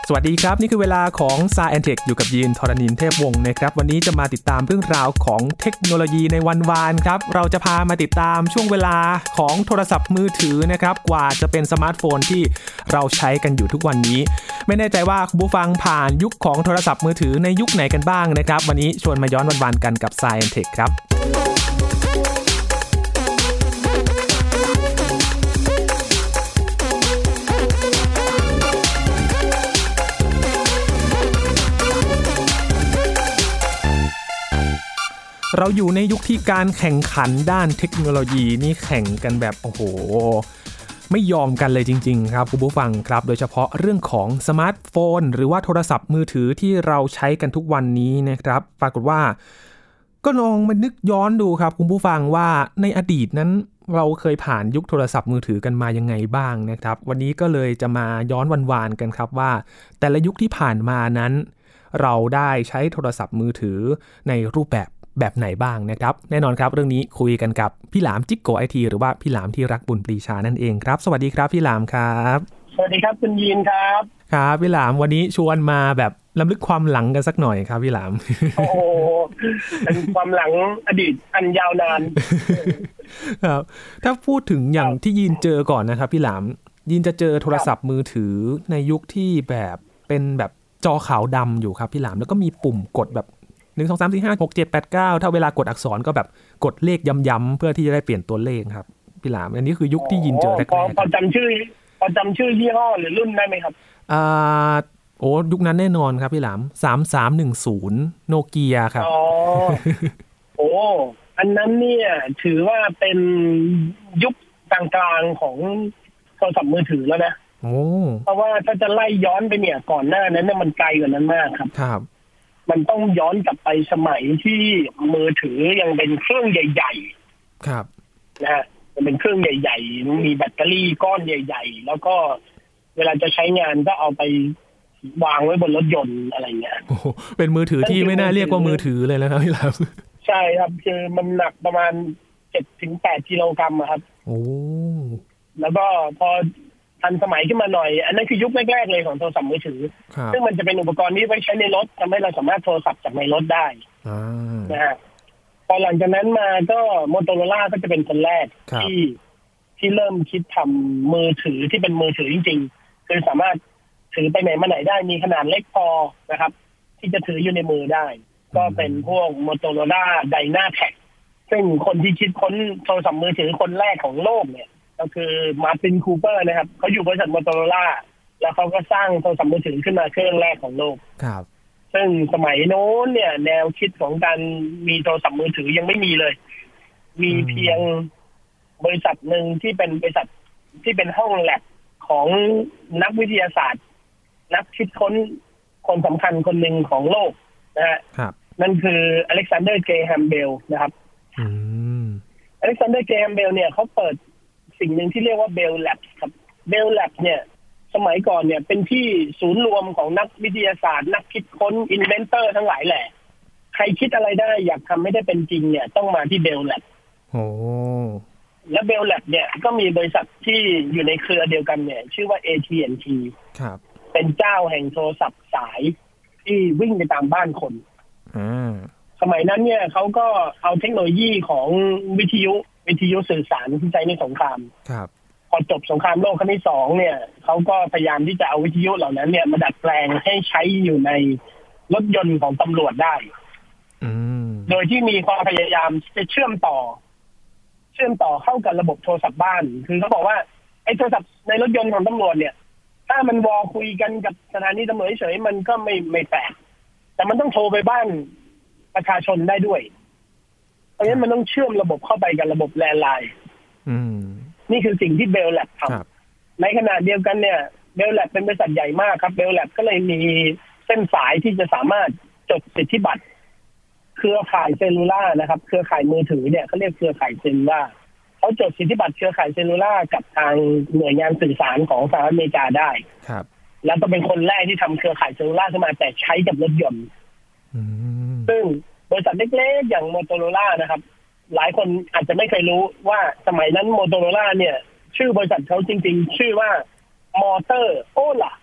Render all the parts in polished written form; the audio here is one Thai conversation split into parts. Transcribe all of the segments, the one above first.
สวัสดีครับนี่คือเวลาของ Science Tech อยู่กับยีน ธรณินทร์ เทพวงศ์นะครับวันนี้จะมาติดตามเรื่องราวของเทคโนโลยีในวันวานครับเราจะพามาติดตามช่วงเวลาของโทรศัพท์มือถือนะครับกว่าจะเป็นสมาร์ทโฟนที่เราใช้กันอยู่ทุกวันนี้ไม่แน่ใจว่าคุณผู้ฟังผ่านยุคของโทรศัพท์มือถือในยุคไหนกันบ้างนะครับวันนี้ชวนมาย้อนวันวานกันกับ Science Tech ครับเราอยู่ในยุคที่การแข่งขันด้านเทคโนโลยีนี่แข่งกันแบบโอ้โหไม่ยอมกันเลยจริงๆครับคุณผู้ฟังครับโดยเฉพาะเรื่องของสมาร์ทโฟนหรือว่าโทรศัพท์มือถือที่เราใช้กันทุกวันนี้นะครับปรากฏว่าก็ลองมานึกย้อนดูครับคุณผู้ฟังว่าในอดีตนั้นเราเคยผ่านยุคโทรศัพท์มือถือกันมายังไงบ้างนะครับวันนี้ก็เลยจะมาย้อนวานๆกันครับว่าแต่ละยุคที่ผ่านมานั้นเราได้ใช้โทรศัพท์มือถือในรูปแบบไหนบ้างนะครับแน่นอนครับเรื่องนี้คุยกันกับพี่หลามจิ๊กโก IT หรือว่าพี่หลามที่รักบุญปรีชานั่นเองครับสวัสดีครับพี่หลามครับสวัสดีครับคุณยีนครับครับพี่หลามวันนี้ชวนมาแบบรำลึกความหลังกันสักหน่อยครับพี่หลามโอ้โหเป็นความหลังอดีตอันยาวนานครับถ้าพูดถึงอย่างที่ยีนเจอก่อนนะครับพี่หลามยีนจะเจอโทรศัพท์มือถือในยุคที่แบบเป็นแบบจอขาวดำอยู่ครับพี่หลามแล้วก็มีปุ่มกดแบบ1 2 3 4 5 6 7 8 9ถ้าเวลากดอักษรก็แบบกดเลขย้ำๆเพื่อที่จะได้เปลี่ยนตัวเลขครับพี่หลามอันนี้คือยุคที่ยินเจอแรกๆพอจำชื่อยี่ห้อหรือรุ่นได้ไหมครับโอ้ยุคนั้นแน่นอนครับพี่หลาม3310โนเกียครับโอ้อันนั้นเนี่ยถือว่าเป็นยุคกลางๆของโทรศัพท์มือถือแล้วนะเพราะว่าถ้าจะไล่ย้อนไปเนี่ยก่อนหน้านั้นเนี่ยมันไกลกว่านั้นมากครับมันต้องย้อนกลับไปสมัยที่มือถือยังเป็นเครื่องใหญ่ๆครับนะฮะมันเป็นเครื่องใหญ่ๆมีแบตเตอรี่ก้อนใหญ่ๆแล้วก็เวลาจะใช้งานก็เอาไปวางไว้บนรถยนต์อะไรเงี้ยเป็นมือถือที่ไม่น่าเรียกว่ามือถือเลยนะครับพี่ลำใช่ครับคือมันหนักประมาณ 7-8 กิโลกรัมครับโอ้แล้วก็พอทันสมัยขึ้นมาหน่อยอันนั้นคือยุคแรกๆเลยของโทรศัพท์มือถือซึ่งมันจะเป็นอุปกรณ์ที่ไว้ใช้ในรถทำให้เราสามารถโทรศัพท์จากในรถได้นะฮะพอหลังจากนั้นมาก็โมโตโรล่าก็จะเป็นคนแรกที่เริ่มคิดทำมือถือที่เป็นมือถือจริงๆคือสามารถถือไปไหนมาไหนได้มีขนาดเล็กพอนะครับที่จะถืออยู่ในมือได้ก็เป็นพวกโมโตโรล่าไดนาแท็กซึ่งคนที่คิดค้นโทรศัพท์มือถือคนแรกของโลกเนี่ยก็คือมาร์ตินคูเปอร์นะครับเขาอยู่บริษัทโมโตโรล่าแล้วเขาก็สร้างโทรศัพท์มือถือขึ้นมาเครื่องแรกของโลกครับซึ่งสมัยโน้นเนี่ยแนวคิดของการมีโทรศัพท์มือถือยังไม่มีเลยมีเพียงบริษัทหนึ่งที่เป็นบริษัทที่เป็นห้องแลบของนักวิทยาศาสตร์นักคิดค้นคนสำคัญคนหนึ่งของโลกนะฮะนั่นคืออเล็กซานเดอร์ เกรแฮมเบลนะครับอเล็กซานเดอร์ เกรแฮมเบลเนี่ยเขาเปิดสิ่งหนึ่งที่เรียกว่าเบลแลบครับเบลแลบเนี่ยสมัยก่อนเนี่ยเป็นที่ศูนย์รวมของนักวิทยาศาสตร์นักคิดค้นอินเวนเตอร์ทั้งหลายแหละใครคิดอะไรได้อยากทำให้ได้เป็นจริงเนี่ยต้องมาที่เบลแลบและเบลแลบเนี่ยก็มีบริษัทที่อยู่ในเครือเดียวกันเนี่ยชื่อว่า AT&T ครับเป็นเจ้าแห่งโทรศัพท์สายที่วิ่งไปตามบ้านคนสมัยนั้นเนี่ยเขาก็เอาเทคโนโลยีของวิทยุสื่อสารที่ใช้ในสงครามพอจบสงครามโลกครั้งที่2เนี่ยเขาก็พยายามที่จะเอาวิทยุเหล่านั้นเนี่ยมาดัดแปลงให้ใช้อยู่ในรถยนต์ของตำรวจได้โดยที่มีความพยายามจะเชื่อมต่อเข้ากับระบบโทรศัพท์บ้านคือเขาบอกว่าไอ้โทรศัพท์ในรถยนต์ของตำรวจเนี่ยถ้ามันวอลคุยกันกับสถานีตำรวจเฉยๆมันก็ไม่แปลกแต่มันต้องโทรไปบ้านประชาชนได้ด้วยเพราะฉะนั้นมันต้องเชื่อมระบบเข้าไปกับระบบแลนด์ไลน์นี่คือสิ่งที่เบลแลบทำในขณะเดียวกันเนี่ยเบลแลบเป็นบริษัทใหญ่มากครับเบลแลบก็เลยมีเส้นสายที่จะสามารถจดสิทธิบัตรเครือข่ายเซลลูล่านะครับเครือข่ายมือถือเนี่ยเขาเรียกเครือข่ายเซลลูล่าเขาจดสิทธิบัตรเครือข่ายเซลลูล่ากับทางหน่วยงานสื่อสารของสหรัฐอเมริกาได้แล้วก็เป็นคนแรกที่ทำเครือข่ายเซลลูล่าขึ้นมาแต่ใช้กับรถยนต์ซึ่งบริษัทเล็กๆอย่างโมโตโรล่านะครับหลายคนอาจจะไม่เคยรู้ว่าสมัยนั้นโมโตโรล่าเนี่ยชื่อบริษัทเขาจริงๆชื่อว่ามอเตอร์โอล่า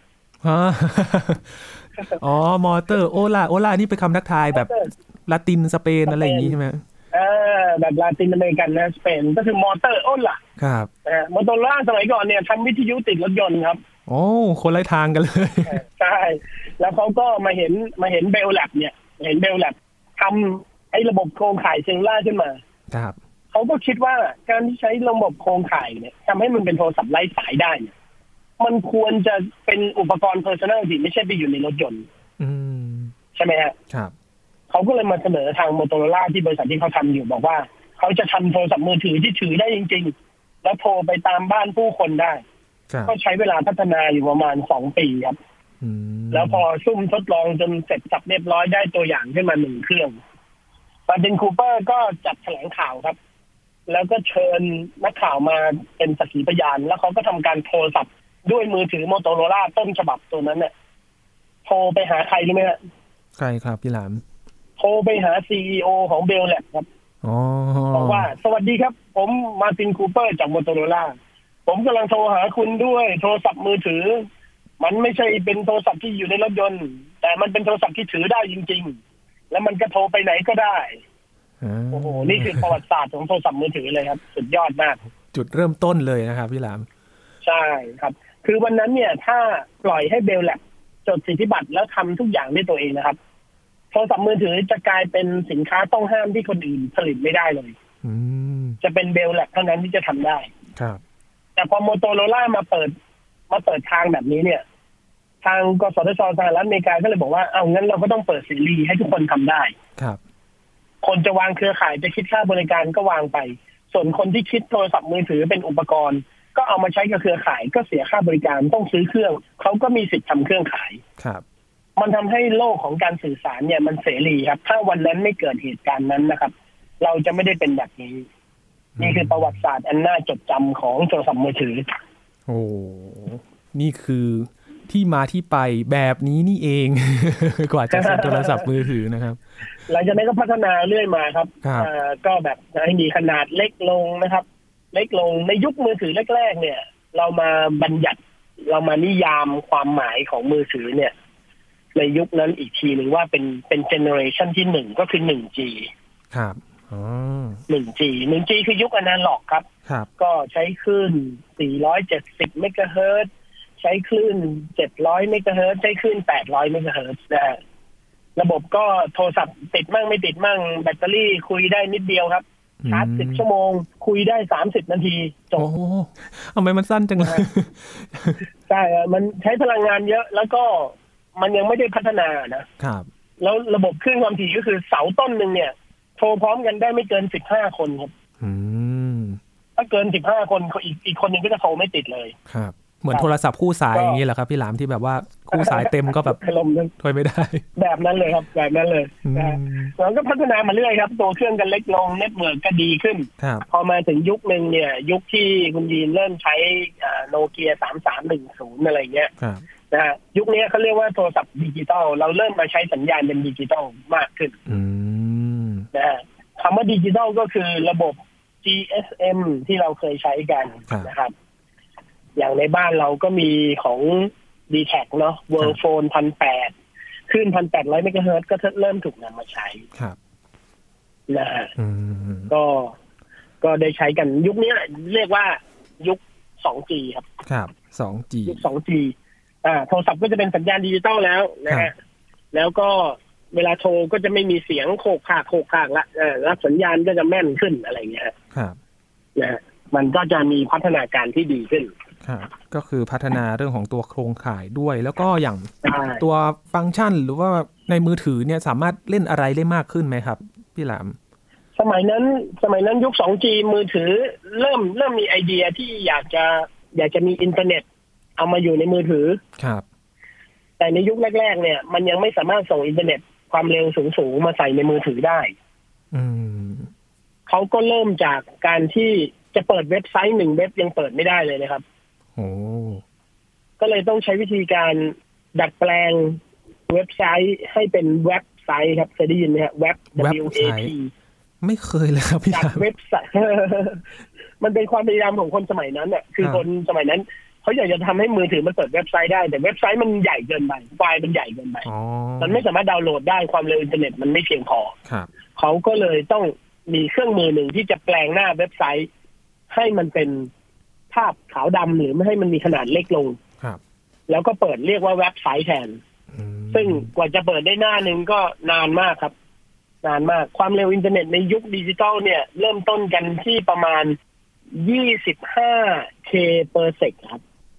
อ๋อมอเตอร์โอลานี่เป็นคำทักทายแบบลาตินสเปนอะไรอย่างนี้ใช่ไหมแบบลาตินอเมริกันนะสเปนก็คือมอเตอร์โอล่าครับมอเตอร์โอล่าสมัยก่อนเนี่ยทำวิทยุติดรถยนต์ครับโอ้คนละทางกันเลยใช่แล้วเขาก็มาเห็นเบลแลบเนี่ยเห็นเบลแลบทำไอ้ระบบโครงข่ายเซลลูล่าขึ้นมาครับเขาก็คิดว่าการที่ใช้ระบบโครงข่ายเนี่ยทำให้มันเป็นโทรศัพท์ไร้สายได้เนี่ยมันควรจะเป็นอุปกรณ์เพอร์ซันนัลที่ไม่ใช่ไปอยู่ในรถยนต์ใช่ไหมฮะครับเขาก็เลยมาเสนอทาง Motorola ที่บริษัทที่เขาทำอยู่บอกว่าเขาจะทำโทรศัพท์มือถือที่ถือได้จริงๆแล้วโทรไปตามบ้านผู้คนได้ก็ใช้เวลาพัฒนาอยู่ประมาณ2 ปีครับแล้วพอซุ่มทดลองจนเสร็จสับเรียบร้อยได้ตัวอย่างขึ้นมา1 เครื่องมาร์ตินคูเปอร์ก็จัดแถลงข่าวครับแล้วก็เชิญนักข่าวมาเป็นสักขีพยานแล้วเขาก็ทำการโทรศัพท์ด้วยมือถือ Motorola ต้นฉบับตัวนั้นเนี่ยโทรไปหาใครรู้ไหมฮะใครครับพี่หลามโทรไปหา CEO ของเบลแลบครับบอกว่าสวัสดีครับผมมาร์ตินคูเปอร์จาก Motorola ผมกำลังโทรหาคุณด้วยโทรศัพท์มือถือมันไม่ใช่เป็นโทรศัพท์ที่อยู่ในรถยนต์แต่มันเป็นโทรศัพท์ที่ถือได้จริงๆแล้วมันก็โทรไปไหนก็ได้โอ้โหนี่คือประวัติศาสตร์ของโทรศัพท์มือถือเลยครับสุดยอดมากจุดเริ่มต้นเลยนะครับพี่หลามใช่ครับคือวันนั้นเนี่ยถ้าปล่อยให้เบลแลบจดสิทธิบัตรแล้วทำทุกอย่างด้วยตัวเองนะครับโทรศัพท์มือถือจะกลายเป็นสินค้าต้องห้ามที่คนอื่นผลิตไม่ได้เลยจะเป็นเบลแลบเท่านั้นที่จะทำได้ครับแต่พอโมโตโรล่ามาเปิดทางแบบนี้เนี่ยทางกสทช.สหรัฐอเมริกาก็เลยบอกว่าเอางั้นเราก็ต้องเปิดเสรีให้ทุกคนทำได้ครับคนจะวางเครือข่ายจะคิดค่าบริการก็วางไปส่วนคนที่คิดโทรศัพท์มือถือเป็นอุปกรณ์ก็เอามาใช้กับเครือข่ายก็เสียค่าบริการต้องซื้อเครื่องเขาก็มีสิทธิ์ทำเครื่องขายครับมันทำให้โลกของการสื่อสารเนี่ยมันเสรีครับถ้าวันนั้นไม่เกิดเหตุการณ์นั้นนะครับเราจะไม่ได้เป็นแบบนี้นี่คือประวัติศาสตร์อันน่าจดจำของโทรศัพท์มือถือโอ้นี่คือที่มาที่ไปแบบนี้นี่เอง กว่าจะเป็นโทรศัพท์มือถือนะครับหลังจากนั้นก็พัฒนาเรื่อยมาครับก็แบบให้มีขนาดเล็กลงนะครับเล็กลงในยุคมือถือแรกๆเนี่ยเรามาบัญญัติเรามานิยามความหมายของมือถือเนี่ยในยุคนั้นอีกทีหนึ่งว่าเป็นเจเนอเรชันที่1ก็คือ 1G ครับอ๋อ 1G คือยุคอนาล็อกครับก็ใช้คลื่น470เมกะเฮิรตซ์ใช้คลื่น700เมกะเฮิรตซ์ใช้คลื่น800เมกะเฮิรตซ์นะฮะระบบก็โทรศัพท์ติดมั่งไม่ติดมั่งแบตเตอรี่คุยได้นิดเดียวครับชาร์จ10 ชั่วโมงคุยได้30 นาทีจบโอ้ทำไมมันสั้นจังเลยใช่มันใช้พลังงานเยอะแล้วก็มันยังไม่ได้พัฒนานะครับแล้วระบบคลื่นความถี่ก็คือเสาต้นนึงเนี่ยโทรพร้อมกันได้ไม่เกิน15 คนครับถ้าเกิน15 คนอีกคนนึงก็จะโทรไม่ติดเลยครับเหมือนโทรศัพท์คู่สายอย่างนี้แหละครับพี่หลามที่แบบว่าคู่สายเต็มก็แบบโทรไม่ได้แบบนั้นเลยครับแบบนั้นเลยแล้วก็พัฒนามาเรื่อยครับตัวเครื่องกันเล็กลงเน็ตเวิร์กก็ดีขึ้นพอมาถึงยุคนึงเนี่ยยุคที่คุณยีนเริ่มใช้โนเกีย3310อะไรเงี้ยนะฮะยุคนี้เขาเรียกว่าโทรศัพท์ดิจิตอลเราเริ่มมาใช้สัญญาณเป็นดิจิตอลมากขึ้นนะฮะคำว่าดิจิตอลก็คือระบบ GSM ที่เราเคยใช้กันนะครับอย่างในบ้านเราก็มีของ D-Tag เนาะ World Phone 1,800 ขึ้น 1,800 เมกะเฮิรตซ์ก็เริ่มถูกนำมาใช้นะฮะก็ได้ใช้กันยุคนี้เรียกว่ายุค 2G ครับครับ 2G ยุค 2G โทรศัพท์ก็จะเป็นสัญญาณดิจิตอลแล้วนะฮะแล้วก็เวลาโทรก็จะไม่มีเสียงโขกขากละรับสัญญาณก็จะแม่นขึ้นอะไรเงี้ยครับนะฮะมันก็จะมีพัฒนาการที่ดีขึ้นก็คือพัฒนาเรื่องของตัวโครงข่ายด้วยแล้วก็อย่างตัวฟังก์ชันหรือว่าในมือถือเนี่ยสามารถเล่นอะไรได้มากขึ้นไหมครับพี่หลามสมัยนั้นยุค 2G มือถือเริ่มมีไอเดียที่อยากจะมีอินเทอร์เน็ตเอามาอยู่ในมือถือครับแต่ในยุคแรกๆเนี่ยมันยังไม่สามารถส่งอินเทอร์เน็ตความเร็วสูงมาใส่ในมือถือได้เขาก็เริ่มจากการที่จะเปิดเว็บไซต์1 เว็บยังเปิดไม่ได้เลยนะครับก็เลยต้องใช้วิธีการดัดแปลงเว็บไซต์ให้เป็นเว็บไซต์ครับเคยได้ยินไหมครับเว็บ WAP ไม่เคยเลยครับพี่ดัดเว็บไซต์ มันเป็นความพยายามของคนสมัยนั้นเนี่ยคือคนสมัยนั้นเขาอยากจะทำให้มือถือมันเปิดเว็บไซต์ได้แต่เว็บไซต์มันใหญ่เกินไปไฟล์มันใหญ่เกินไปมันไม่สามารถดาวน์โหลดได้ความเร็วอินเทอร์เน็ตมันไม่เพียงพอเขาก็เลยต้องมีเครื่องมือหนึ่งที่จะแปลงหน้าเว็บไซต์ให้มันเป็นภาพขาวดำหรือไม่ให้มันมีขนาดเล็กลงแล้วก็เปิดเรียกว่าเว็บไซต์แทนซึ่งกว่าจะเปิดได้หน้านึงก็นานมากครับนานมากความเร็วอินเทอร์เน็ตในยุคดิจิตอลเนี่ยเริ่มต้นกันที่ประมาณ 25K per sec ครับ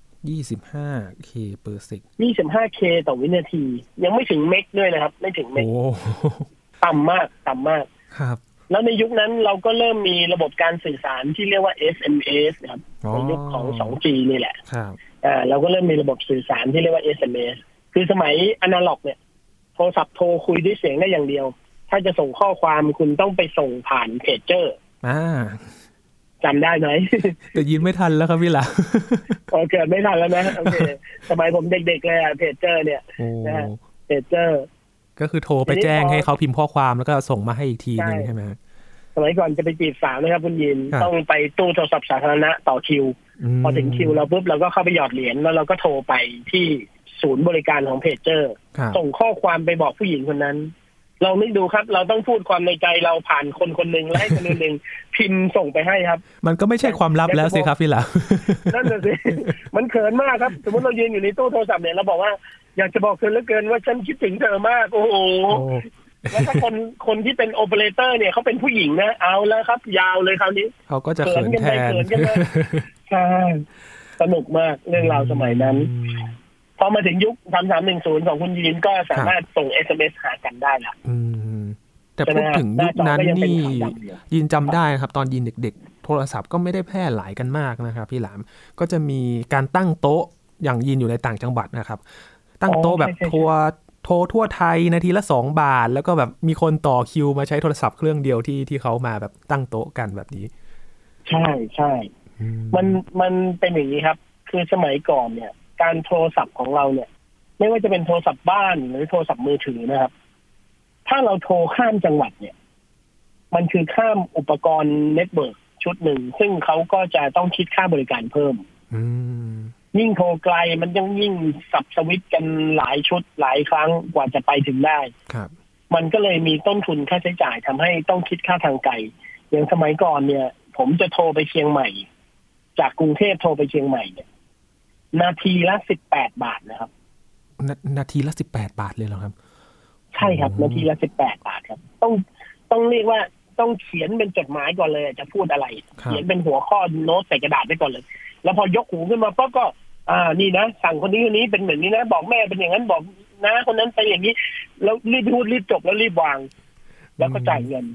25K per sec 25K ต่อวินาทียังไม่ถึงเมกด้วยนะครับไม่ถึงเมกต่ำมากครับแล้วในยุคนั้นเราก็เริ่มมีระบบการสื่อสารที่เรียกว่า SMS ครับในยุคของ 2G นี่แหละครับเราก็เริ่มมีระบบสื่อสารที่เรียกว่า SMS คือสมัยอนาล็อกเนี่ยโทรศัพท์โทรคุยด้วยเสียงได้อย่างเดียวถ้าจะส่งข้อความคุณต้องไปส่งผ่านเพจเจอร์จำได้ไหมแต่ยินไม่ทันแล้วครับพี่หลาเกิดไม่ทันแล้วนะโอเคสมัยผมเด็กๆเลยเพจเจอร์เนี่ยเพจเจอร์ก็คือโทรไปแจ้งให้เขาพิมพ์ข้อความแล้วก็ส่งมาให้อีกทีนึงใช่ไหมสมัยก่อนจะไปจีบสาวนะครับคุณยินต้องไปตู้โทรศัพท์สาธารณะต่อคิวพอถึงคิวเราปุ๊บเราก็เข้าไปหยอดเหรียญแล้วเราก็โทรไปที่ศูนย์บริการของเพจเจอร์ส่งข้อความไปบอกผู้หญิงคนนั้นเราไม่ดูครับเราต้องพูดความในใจเราผ่านคนคนหนึ่งและให้คนหนึ่งพิมพ์ส่งไปให้ครับมันก็ไม่ใช่ความลับแล้วสิครับพี่หลานั่นน่ะสิมันเขินมากครับสมมติเรายืนอยู่ในตู้โทรศัพท์เนี่ยเราบอกว่าอยากจะบอกเธอเหลือเกินว่าฉันคิดถึงเธอมากโอ้โหแล้วถ้าคนที่เป็นโอเปอเรเตอร์เนี่ยเขาเป็นผู้หญิงนะเอาแล้วครับยาวเลยคราวนี้เขาก็จะเขินแทนใช่สนุกมากเรื่องราวสมัยนั้นพอมาถึงยุค3310ของคุณยินก็สามารถส่ง SMS หากันได้ละแต่พูดถึงยุคนั้นนี่ยินจำได้ครับตอนยินเด็กๆโทรศัพท์ก็ไม่ได้แพร่หลายกันมากนะครับพี่หลามก็จะมีการตั้งโต๊ะอย่างยินอยู่ในต่างจังหวัดนะครับตั้งโต๊ะแบบโทรทั่วไทยนาทีละ2 บาทแล้วก็แบบมีคนต่อคิวมาใช้โทรศัพท์เครื่องเดียวที่เขามาแบบตั้งโต๊ะกันแบบนี้ใช่มันเป็นอย่างนี้ครับคือสมัยก่อนเนี่ยการโทรศัพท์ของเราเนี่ยไม่ว่าจะเป็นโทรศัพท์บ้านหรือโทรศัพท์มือถือนะครับถ้าเราโทรข้ามจังหวัดเนี่ยมันคือข้ามอุปกรณ์เน็ตเวิร์กชุดหนึ่งซึ่งเขาก็จะต้องคิดค่าบริการเพิ่มยิ่งโทรไกลมันต้องยิ่งสับสวิตช์กันหลายชุดหลายครั้งกว่าจะไปถึงได้ครับมันก็เลยมีต้นทุนค่าใช้จ่ายทำให้ต้องคิดค่าทางไกลอย่างสมัยก่อนเนี่ยผมจะโทรไปเชียงใหม่จากกรุงเทพโทรไปเชียงใหม่เนี่ยนาทีละ18 บาทนะครับนาทีละ18 บาทเลยเหรอครับใช่ครับนาทีละ18 บาทครับต้องเรียกว่าต้องเขียนเป็นจดหมายก่อนเลยจะพูดอะไรเขียนเป็นหัวข้อโน้ตใส่กระดาษไว้ก่อนเลยแล้วพอยกหูขึ้นมาปั๊บก็นี่นะสั่งคนนี้คนนี้เป็นแบบนี้นะบอกแม่เป็นอย่างนั้นบอกน้าคนนั้นไปอย่างนี้แล้วรีบพูดรีบจบแล้วรีบวางแล้วก็จ่ายเงิน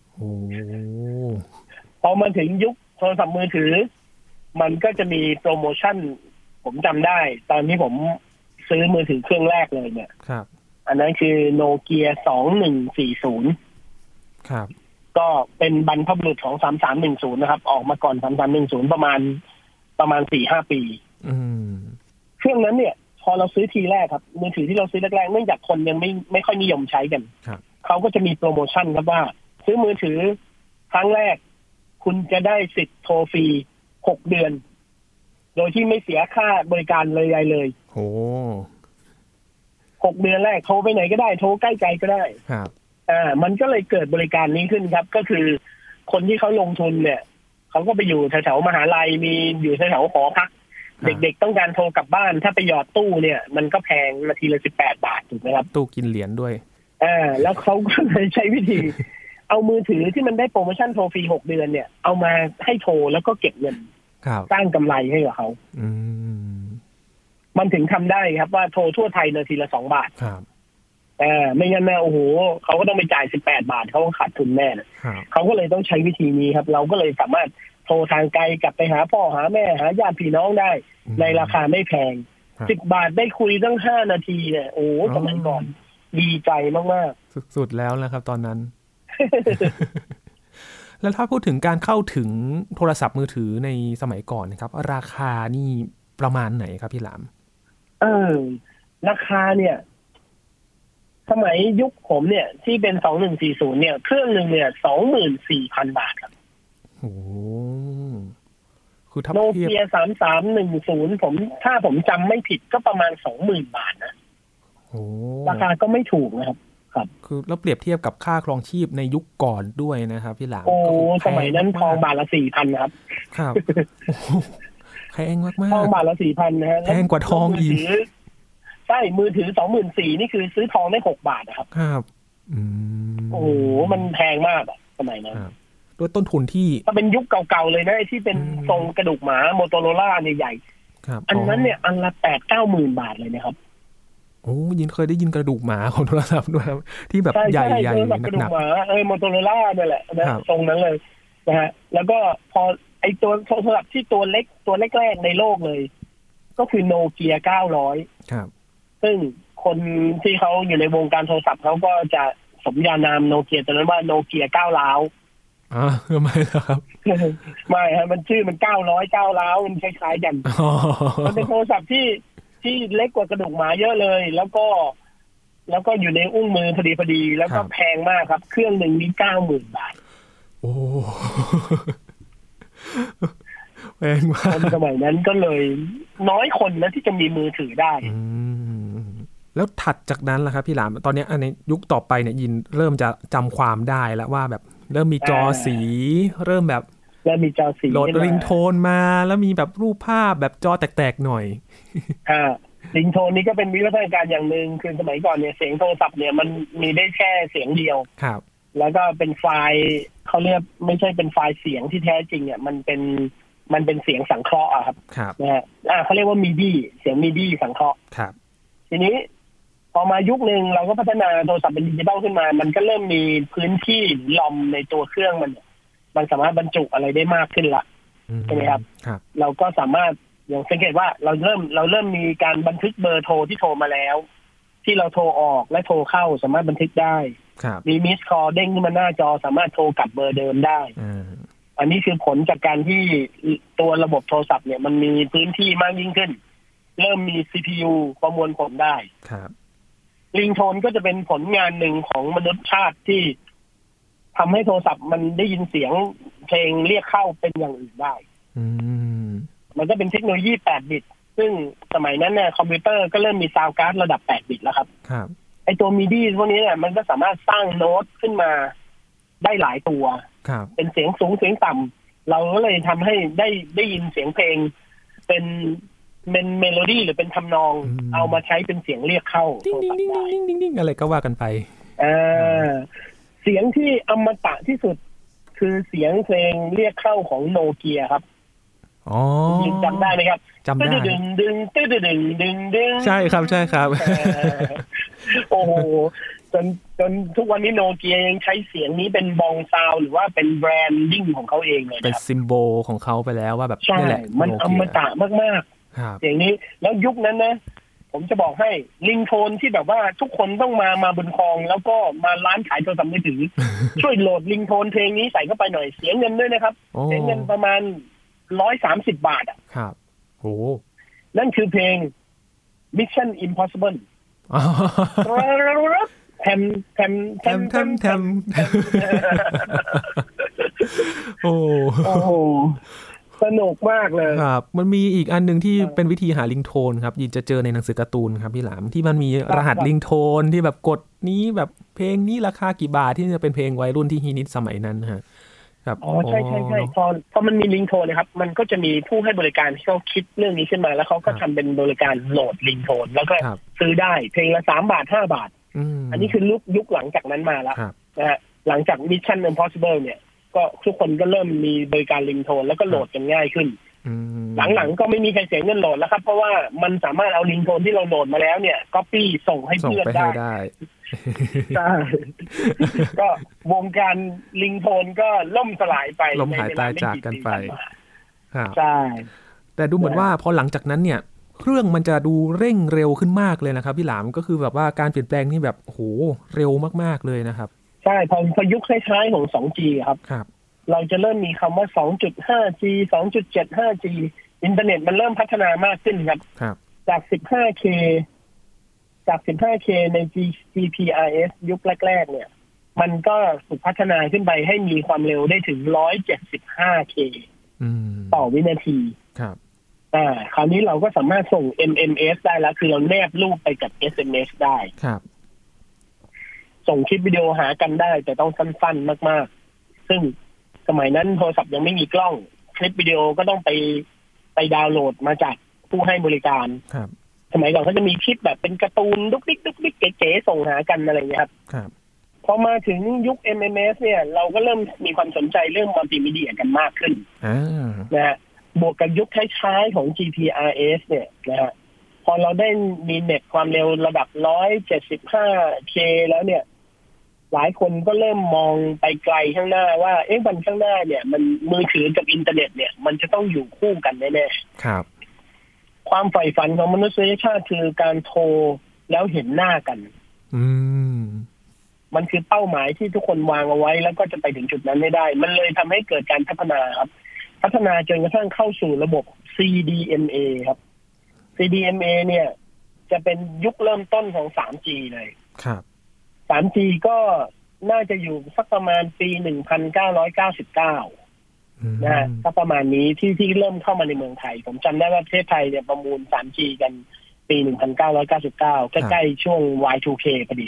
พอมาถึงยุคโทรศัพท์มือถือมันก็จะมีโปรโมชั่นผมจำได้ตอนที่ผมซื้อมือถือเครื่องแรกเลยเนี่ยครับอันนั้นคือโนเกีย2140 ครับก็เป็นบรรพบุรุษของ3310นะครับออกมาก่อน3310ประมาณ 4-5 ปีเครื่องนั้นเนี่ยพอเราซื้อทีแรกครับมือถือที่เราซื้อแรกๆเนื่องจากคนยังไม่ค่อยนิยมใช้กันเขาก็จะมีโปรโมชั่นครับว่าซื้อมือถือครั้งแรกคุณจะได้สิทธิ์โทรฟรี6 เดือนโดยที่ไม่เสียค่าบริการเลยโอ้ 6 เดือนแรกโทรไปไหนก็ได้โทรใกล้ๆก็ได้ครับมันก็เลยเกิดบริการนี้ขึ้นครับก็คือคนที่เขาลงทุนเนี่ยเขาก็ไปอยู่แถวๆมหาลัยมีอยู่แถวๆหอพักเด็กๆต้องการโทรกลับบ้านถ้าไปหยอดตู้เนี่ยมันก็แพงนาทีละ18 บาทถูกไหมครับตู้กินเหรียญด้วยแล้วเขาก็เลยใช้วิธีเอามือถือที่มันได้โปรโมชั่นโทรฟรี6 เดือนเนี่ยเอามาให้โทรแล้วก็เก็บเงินสร้างกำไรให้กับเขามันถึงทำได้ครับว่าโทรทั่วไทยนาทีละ2 บาทไม่งั้นแม่โอ้โหเขาก็ต้องไปจ่าย18 บาทเขาก็ขาดทุนแน่นะเขาก็เลยต้องใช้วิธีนี้ครับเราก็เลยสามารถโทรทางไกลกลับไปหาพ่อหาแม่หาญาติพี่น้องได้ในราคาไม่แพง10 บาทได้คุยตั้ง5 นาทีเนี่ยโอ้สมัยก่อนดีใจมากๆสุดๆแล้วนะครับตอนนั้น แล้วถ้าพูดถึงการเข้าถึงโทรศัพท์มือถือในสมัยก่อนนะครับราคานี่ประมาณไหนครับพี่หลามราคาเนี่ยสมัยยุคผมเนี่ยที่เป็น2140เนี่ยเครื่องนึงเนี่ย 24,000 บาทครับโอ้คือถ้าโนเกีย3310ผมจำไม่ผิดก็ประมาณ 20,000 บาทนะโอ้ราคาก็ไม่ถูกนะครับคือแล้วเปรียบเทียบกับค่าครองชีพในยุคก่อนด้วยนะครับพี่หลามโอ้สมัยนั้นทองบาทละ 4,000 ครับครับแพงมากๆทองบาทละ 4,000 นะฮะแพงกว่าทองอีกใช่มือถือ 24,000 นี่คือซื้อทองได้6 บาทนะครับครับโอ้โหมันแพงมากอะสมัยนั้นด้วยต้นทุนที่ถ้าเป็นยุคเก่าๆเลยนะที่เป็นทรงกระดูกหมาโมโตโรล่าเนี่ยใหญ่อันนั้นเนี่ยอันละ 8-9 หมื่นบาทเลยนะครับโอ้ยินเคยได้ยินกระดูกหมาของโทรศัพท์ด้วยครับที่แบบใหญ่ๆหนักๆกระดูกหมาโมโตโรล่าเนี่ยแหละนะทรงนั้นเลยนะฮะแล้วก็พอไอตัวโทรศัพท์ที่ตัวเล็กตัวแรกๆในโลกเลยก็คือโนเกีย900 ครับซึ่งคนที่เขาอยู่ในวงการโทรศัพท์เขาก็จะสมญานามโนเกียตัวนั้นว่าโนเกีย9ล้าวทำไมล่ะครับไม่ฮะมันชื่อมัน900ล้าวมันคล้ายๆกันมันเป็นโทรศัพท์ที่เล็กกว่ากระดูกหมาเยอะเลยแล้วก็อยู่ในอุ้งมือพอดีแล้วก็แพงมากครับเครื่องหนึ่งมี 90,000 บาทโอ้แพงมากสมัยนั้นก็เลยน้อยคนนะที่จะมีมือถือได้แล้วถัดจากนั้นล่ะครับพี่หลามตอนนี้ในยุคต่อไปเนี่ยยินเริ่มจะจำความได้แล้วว่าแบบเริ่มมีจอสีเริ่มแบบแล้วมีจอสีโหลดริงโทนมาแล้วมีแบบรูปภาพแบบจอแตกๆหน่อยริงโทนนี้ก็เป็นวิวัฒนาการอย่างหนึ่งคือสมัยก่อนเนี่ยเสียงโทรศัพท์เนี่ยมันมีได้แค่เสียงเดียวครับแล้วก็เป็นไฟล์เขาเรียกไม่ใช่เป็นไฟล์เสียงที่แท้จริงเนี่ยมันเป็นเสียงสังเคราะห์ครับนะฮะเขาเรียกว่ามิดี้เสียงมิดี้สังเคราะห์ครับทีนี้พอมายุคนึงเราก็พัฒนาโทรศัพท์เป็นดิจิตอลขึ้นมามันก็เริ่มมีพื้นที่ลอมในตัวเครื่องมันสามารถบรรจุอะไรได้มากขึ้นละใช่ไหมครับเราก็สามารถอย่างสังเกตว่าเราเริ่มมีการบันทึกเบอร์โทรที่โทรมาแล้วที่เราโทรออกและโทรเข้าสามารถบันทึกได้มีมิสคอลเด้งขึ้นมาหน้าจอสามารถโทรกลับเบอร์เดิมได้อันนี้คือผลจากการที่ตัวระบบโทรศัพท์เนี่ยมันมีพื้นที่มากยิ่งขึ้นเริ่มมี CPU ประมวลผลได้ริงโทนก็จะเป็นผลงานหนึ่งของมนุษยชาติที่ทำให้โทรศัพท์มันได้ยินเสียงเพลงเรียกเข้าเป็นอย่างอื่นได้มันก็เป็นเทคโนโลยี8 บิตซึ่งสมัยนั้นเนี่ยคอมพิวเตอร์ก็เริ่มมีซาวด์การ์ดระดับ8 บิตแล้วครับไอตัวมิดี้พวกนี้เนี่ยมันก็สามารถสร้างโน้ตขึ้นมาได้หลายตัวเป็นเสียงสูงเสียงต่ำเราก็เลยทำให้ได้ยินเสียงเพลงเป็นเมโลดี้หรือเป็นทำนองเอามาใช้เป็นเสียงเรียกเข้าโทรศัพท์ได้ดิ้งอะไรก็ว่ากันไปเสียงที่อมตะที่สุดคือเสียงเพลงเรียกเข้าของโนเกียครับยินจำได้ไหมครับจำได้ดึงใช่ครับใช่ครับโอ้โหจนทุกวันนี้โนเกียยังใช้เสียงนี้เป็นบองซาวหรือว่าเป็นแบรนดิ้งของเขาเองเลยเป็นซิมโบลของเขาไปแล้วว่าแบบนี่แหละมันอมตะมากๆอย่างนี้แล้วยุคนั้นนะผมจะบอกให้ลิงโทนที่แบบว่าทุกคนต้องมาบนคลองแล้วก็มาร้านขายโทรศัพท์มือถือช่วยโหลดลิงโทนเพลงนี้ใส่เข้าไปหน่อยเสียเงินด้วยนะครับเสียเงินประมาณ130 บาทครับโอ้นั่นคือเพลง Mission Impossible แทมโอ้สนุกมากเลยครับมันมีอีกอันนึงที่เป็นวิธีหาลิงโทนครับยินจะเจอในหนังสือการ์ตูนครับพี่หลามที่มันมีรหัสลิงโทนที่แบบกดนี้แบบเพลงนี้ราคากี่บาทที่จะเป็นเพลงวัยรุ่นที่ฮิตสมัยนั้นฮะครับใช่พอมันมีลิงโทนนะครับมันก็จะมีผู้ให้บริการที่เขาคิดเรื่องนี้ขึ้นมาแล้วเขาก็ทำเป็นบริการโหลดลิงโทนแล้วก็ซื้อได้เพลงละ3 บาท 5 บาทอันนี้คือยุคหลังจากนั้นมาแล้วนะฮะหลังจาก Mission Impossible เนี่ยก็ทุกคนก็เริ่มมีบริการลิงโทนแล้วก็โหลดกันง่ายขึ้นหลังๆก็ไม่มีใครเสียเงินโหลดแล้วครับเพราะว่ามันสามารถเอาลิงโทนที่เราโหลดมาแล้วเนี่ยก๊อปปี้ส่งให้เพื่อนได้ใช่ก็วงการลิงโทนก็ล่มสลายไปล่มหายตายจากกันไปใช่แต่ดูเหมือนว่าพอหลังจากนั้นเนี่ยเครื่องมันจะดูเร่งเร็วขึ้นมากเลยนะครับพี่หลามก็คือแบบว่าการเปลี่ยนแปลงนี่แบบโหเร็วมากๆเลยนะครับใช่พอยุคคล้ายๆของ 2G ครับเราจะเริ่มมีคำว่า 2.5G 2.75G อินเทอร์เน็ตมันเริ่มพัฒนามากขึ้นครับจาก 15K ใน GPRS ยุคแรกๆเนี่ยมันก็ถูกพัฒนาขึ้นไปให้มีความเร็วได้ถึง 175K ต่อวินาทีครับคราวนี้เราก็สามารถส่ง MMS ได้แล้วคือเราแนบรูปไปกับ SMS ได้ครับส่งคลิปวิดีโอหากันได้แต่ต้องสั้นๆมากๆซึ่งสมัยนั้นโทรศัพท์ยังไม่มีกล้องคลิปวิดีโอก็ต้องไปดาวน์โหลดมาจากผู้ให้บริการครับสมัยก่อนเขาจะมีคลิปแบบเป็นการ์ตูนดุ๊กดิ๊กดุ๊กดิ๊กเก๋ๆส่งหากันอะไรอย่างเงี้ยครับพอมาถึงยุค MMS เนี่ยเราก็เริ่มมีความสนใจเรื่องมัลติมีเดียกันมากขึ้นนะฮะบวกกับยุคท้ายๆของ GPRS เนี่ยนะฮะพอเราได้มีเน็ตความเร็วระดับ 175K แล้วเนี่ยหลายคนก็เริ่มมองไปไกลข้างหน้าว่าวันข้างหน้าเนี่ยมันมือถือกับอินเทอร์เน็ตเนี่ยมันจะต้องอยู่คู่กันแน่ๆครับความใฝ่ฝันของมนุษยชาติคือการโทรแล้วเห็นหน้ากันมันคือเป้าหมายที่ทุกคนวางเอาไว้แล้วก็จะไปถึงจุดนั้นไม่ได้มันเลยทำให้เกิดการพัฒนาครับพัฒนาจนกระทั่งเข้าสู่ระบบ CDMA ครับ CDMA เนี่ยจะเป็นยุคเริ่มต้นของ 3G เลยครับ 3G ก็น่าจะอยู่สักประมาณปี 1999นะฮะก็ประมาณนี้ที่เริ่มเข้ามาในเมืองไทยผมจำได้ว่าประเทศไทยเนี่ยประมูล 3G กันปี 1999ใกล้ๆช่วง Y2K พอดี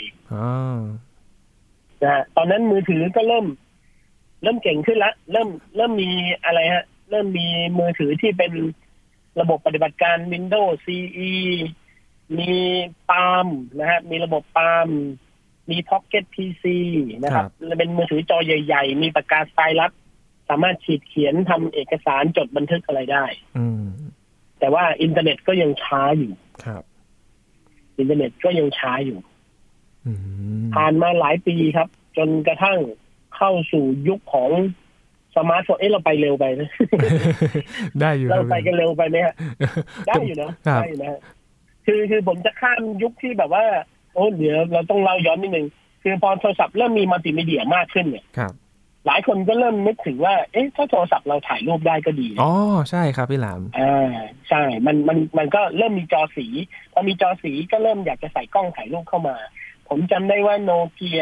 นะฮะตอนนั้นมือถือก็เริ่มเก่งขึ้นละเริ่มมีอะไรฮะเริ่มมีมือถือที่เป็นระบบปฏิบัติการ Windows CE มี Palm นะฮะมีระบบ Palm มี Pocket PC นะครับเป็นมือถือจอใหญ่ๆมีปากกาสไตลัสสามารถขีดเขียนทำเอกสารจดบันทึกอะไรได้แต่ว่าอินเทอร์เน็ตก็ยังช้าอยู่ครับอินเทอร์เน็ตก็ยังช้าอยู่ผ่านมาหลายปีครับจนกระทั่งเข้าสู่ยุคของสมาร์ทโฟนเราไปเร็วไปนะได้อยู่เราไปกันเร็วไปไหมฮะได้อยู่นะได้อยู่นะคือผมจะข้ามยุคที่แบบว่าเดี๋ยวเราต้องเล่าย้อนนิดนึงคือพอโทรศัพท์เริ่มมีมัลติมีเดียมากขึ้นเนี่ยหลายคนก็เริ่มนึกถึงว่าถ้าโทรศัพท์เราถ่ายรูปได้ก็ดีอ๋อใช่ครับพี่หลามใช่มันก็เริ่มมีจอสีพอมีจอสีก็เริ่มอยากจะใส่กล้องถ่ายรูปเข้ามาผมจำได้ว่าโนเกีย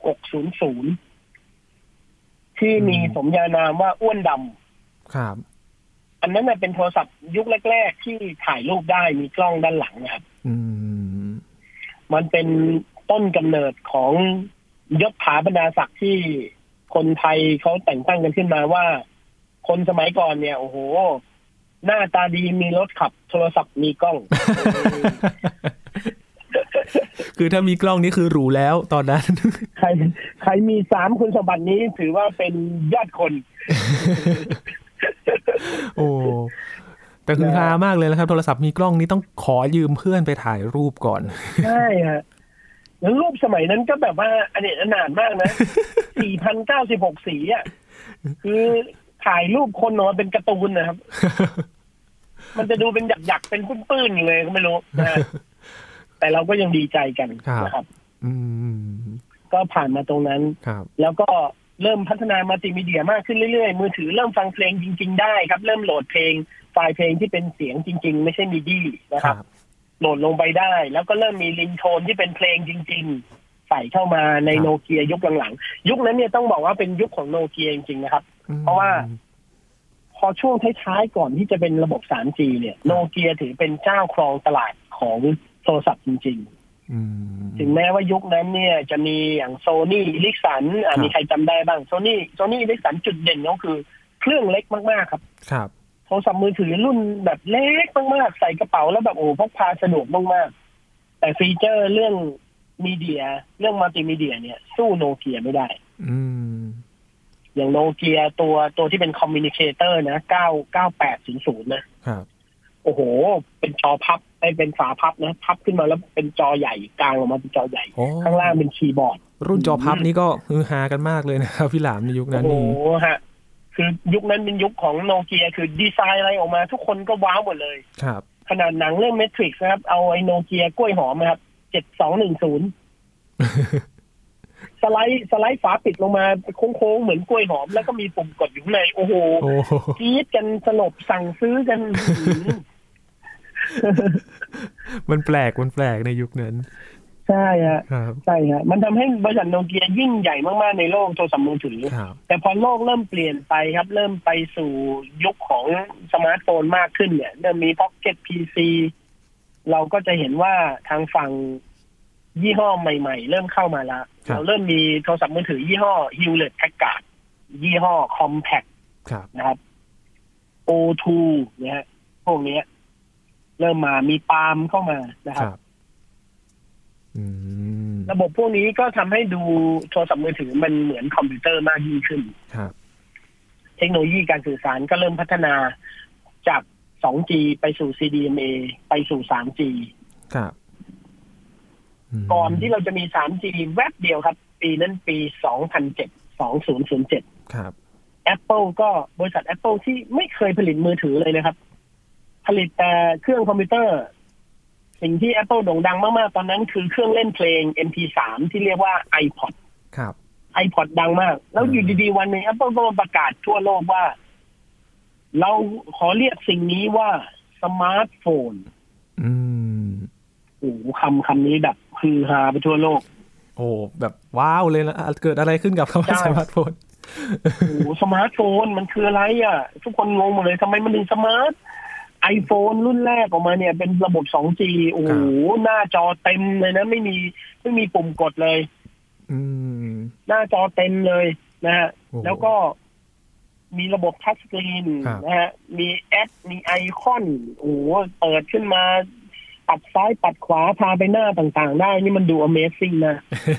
6600ที่มีสมญานามว่าอ้วนดำครับอันนั้นเป็นโทรศัพท์ยุคแรกๆที่ถ่ายรูปได้มีกล้องด้านหลังนะครับมันเป็นต้นกำเนิดของยศถาบรรดาศักดิ์ที่คนไทยเขาแต่งตั้งกันขึ้นมาว่าคนสมัยก่อนเนี่ยโอ้โหหน้าตาดีมีรถขับโทรศัพท์มีกล้องคือถ้ามีกล้องนี่คือหรูแล้วตอนนั้นใครมี3คุณสมบัตินี้ถือว่าเป็นยอดคนโอ้แต่คือฮามากเลยนะครับโทรศัพท์มีกล้องนี้ต้องขอยืมเพื่อนไปถ่ายรูปก่อนใช่ฮะแล้วรูปสมัยนั้นก็แบบว่าอเนกอนามมากนะ 4,096 สีอ่ะคือถ่ายรูปคนนอนเป็นการ์ตูนนะครับ มันจะดูเป็นหยักๆเป็นปื้นๆอยู่เลยก็ไม่รู้นะแต่เราก็ยังดีใจกันนะครับก็ผ่านมาตรงนั้นแล้วก็เริ่มพัฒนามัลติมีเดียมากขึ้นเรื่อยๆมือถือเริ่มฟังเพลงจริงๆได้ครับเริ่มโหลดเพลงไฟล์เพลงที่เป็นเสียงจริงๆไม่ใช่มิดี้นะครับโหลดลงไปได้แล้วก็เริ่มมีริงโทนที่เป็นเพลงจริงๆใส่เข้ามาในโนเกียยุคหลังๆยุคนั้นเนี่ยต้องบอกว่าเป็นยุคของโนเกียจริงๆนะครับเพราะว่าพอช่วงท้ายๆก่อนที่จะเป็นระบบ 3G เนี่ยโนเกียถือเป็นเจ้าครองตลาดของโทรศัพท์จริงๆถึงแม้ว่ายุคนั้นเนี่ยจะมีอย่างโซนี่อิลิกสันมีใครจำได้บ้างโซนี่อิลิกสันจุดเด่นก็คือเครื่องเล็กมากๆครับโทรศัพท์มือถือรุ่นแบบเล็กมากๆใส่กระเป๋าแล้วแบบพกพาสะดวกมากๆแต่ฟีเจอร์เรื่องมีเดียเรื่องมัลติมีเดียเนี่ยสู้โนเกียไม่ได้อย่างโนเกียตัวที่เป็นคอมมิวนิเคเตอร์นะ9800นะครับโอ้โหเป็นจอพับเป็นฝาพับนะพับขึ้นมาแล้วเป็นจอใหญ่กลางออกมาเป็นจอใหญ่ข้างล่างเป็นคีย์บอร์ดรุ่นจอพับนี้ก็ฮือฮากันมากเลยนะครับพี่หลามในยุคนั้นนี่โอ้ฮะคือยุคนั้นเป็นยุคของโนเกียคือดีไซน์อะไรออกมาทุกคนก็ว้าวหมดเลยครับขนาดหนังเรื่องเมทริกซ์นะครับเอาไอ้โนเกียกล้วยหอมนะครับ7210สไลด์ฝาปิดลงมาโค้งๆเหมือนกล้วยหอมแล้วก็มีปุ่มกดอยู่ข้างในโอ้โหกรี๊ดกันสลบสั่งซื้อกันมันแปลกในยุคนั้นใช่ฮะใช่ฮะมันทำให้บริษัทโนเกียยิ่งใหญ่มากๆในโลกโทรศัพท์มือถือแต่พอโลกเริ่มเปลี่ยนไปครับเริ่มไปสู่ยุคของสมาร์ทโฟนมากขึ้นเนี่ยเริ่มมี Pocket PC เราก็จะเห็นว่าทางฝั่งยี่ห้อใหม่ๆเริ่มเข้ามาแล้วเราเริ่มมีโทรศัพท์มือถือยี่ห้อ Hewlett-Packard ยี่ห้อ Compaq นะครับ O2 นะฮะพวกนี้เริ่มมามีปาล์มเข้ามานะครับระบบพวกนี้ก็ทำให้ดูโทรศัพท์มือถือมันเหมือนคอมพิวเตอร์มากยิ่งขึ้นเทคโนโลยีการสื่อสารก็เริ่มพัฒนาจาก 2G ไปสู่ CDMA ไปสู่ 3G ครับก่อนที่เราจะมี 3G แวบเดียวครับปีนั้นปี 2007 ครับ Apple ก็บริษัท Apple ที่ไม่เคยผลิตมือถือเลยนะครับผลิตแต่เครื่องคอมพิวเตอร์สิ่งที่ Apple โด่งดังมากๆตอนนั้นคือเครื่องเล่นเพลง MP3 ที่เรียกว่า iPod ครับ iPod ดังมากแล้วอยู่ดีๆวันนึง Apple ก็ประกาศทั่วโลกว่าเราขอเรียกสิ่งนี้ว่าสมาร์ทโฟนโอ้คำนี้แบบฮือฮาไปทั่วโลกโอ้แบบว้าวเลยนะเกิดอะไรขึ้นกับคำว่าสมาร์ทโฟนโอ้สมาร์ทโฟนมันคืออะไรอ่ะทุกคนงงหมดเลยทำไมมันถึงสมาร์ทiPhone รุ่นแรกออกมาเนี่ยเป็นระบบ 2G โอ้โหหน้าจอเต็มเลยนะไม่มีปุ่มกดเลยหน้าจอเต็มเลยนะฮะแล้วก็มีระบบทัชสกรีนนะฮะมีแอปมีไอคอนโอ้โหเปิดขึ้นมาปัดซ้ายปัดขวาพาไปหน้าต่างๆได้นี่มันดู Amazing นะ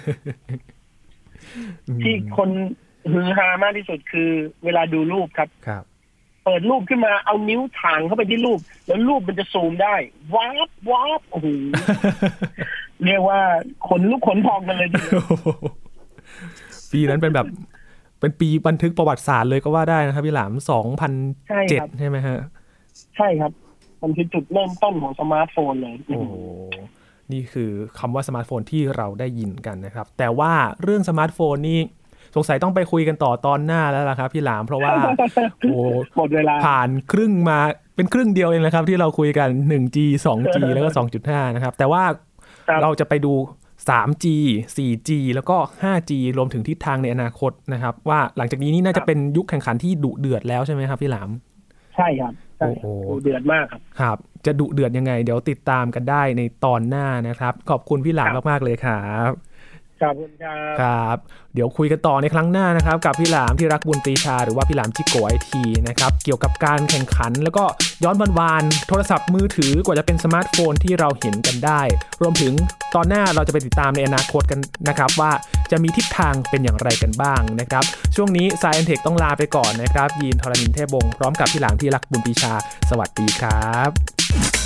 ที่คนฮือฮามากที่สุดคือเวลาดูรูปครับเปิดรูปขึ้นมาเอานิ้วถ่างเข้าไปที่รูปแล้วรูปมันจะซูมได้ว้าบโอ้โห เรียกว่าขนลุกขนพองกันเลยทีเดียวปีนั้นเป็นแบบเป็นปีบันทึกประวัติศาสตร์เลยก็ว่าได้นะครับพี่หลาม2007ใช่ไหมฮะใช่ครับมันคือจุดเริ่มต้นของสมาร์ทโฟนเลยโอ้นี่คือคำว่าสมาร์ทโฟนที่เราได้ยินกันนะครับแต่ว่าเรื่องสมาร์ทโฟนนี่สงสัยต้องไปคุยกันต่อตอนหน้าแล้วล่ะครับพี่หลามเพราะว่าโอ้หมดเวลาผ่านครึ่งมาเป็นครึ่งเดียวเองนะครับที่เราคุยกัน 1G 2G แล้วก็ 2.5 นะครับแต่ว่าเราจะไปดู 3G 4G แล้วก็ 5G รวมถึงทิศทางในอนาคตนะครับว่าหลังจากนี้นี่น่าจะเป็นยุคแข่งขันที่ดุเดือดแล้วใช่ไหมครับพี่หลามใช่ครับโอ้โหเดือดมากครับครับจะดุเดือดยังไงเดี๋ยวติดตามกันได้ในตอนหน้านะครับขอบคุณพี่หลามมากๆเลยครับขอบคุณครับเดี๋ยวคุยกันต่อในครั้งหน้านะครับกับพี่หลามที่รักบุญปรีชาหรือว่าพี่หลามจิโกไอทีนะครับเกี่ยวกับการแข่งขันแล้วก็ย้อนวานโทรศัพท์มือถือกว่าจะเป็นสมาร์ทโฟนที่เราเห็นกันได้รวมถึงตอนหน้าเราจะไปติดตามในอนาคตกันนะครับว่าจะมีทิศทางเป็นอย่างไรกันบ้างนะครับช่วงนี้ Science Tech ต้องลาไปก่อนนะครับยีนทรณินเทพวงศ์พร้อมกับพี่หลามที่รักบุญปรีชาสวัสดีครับ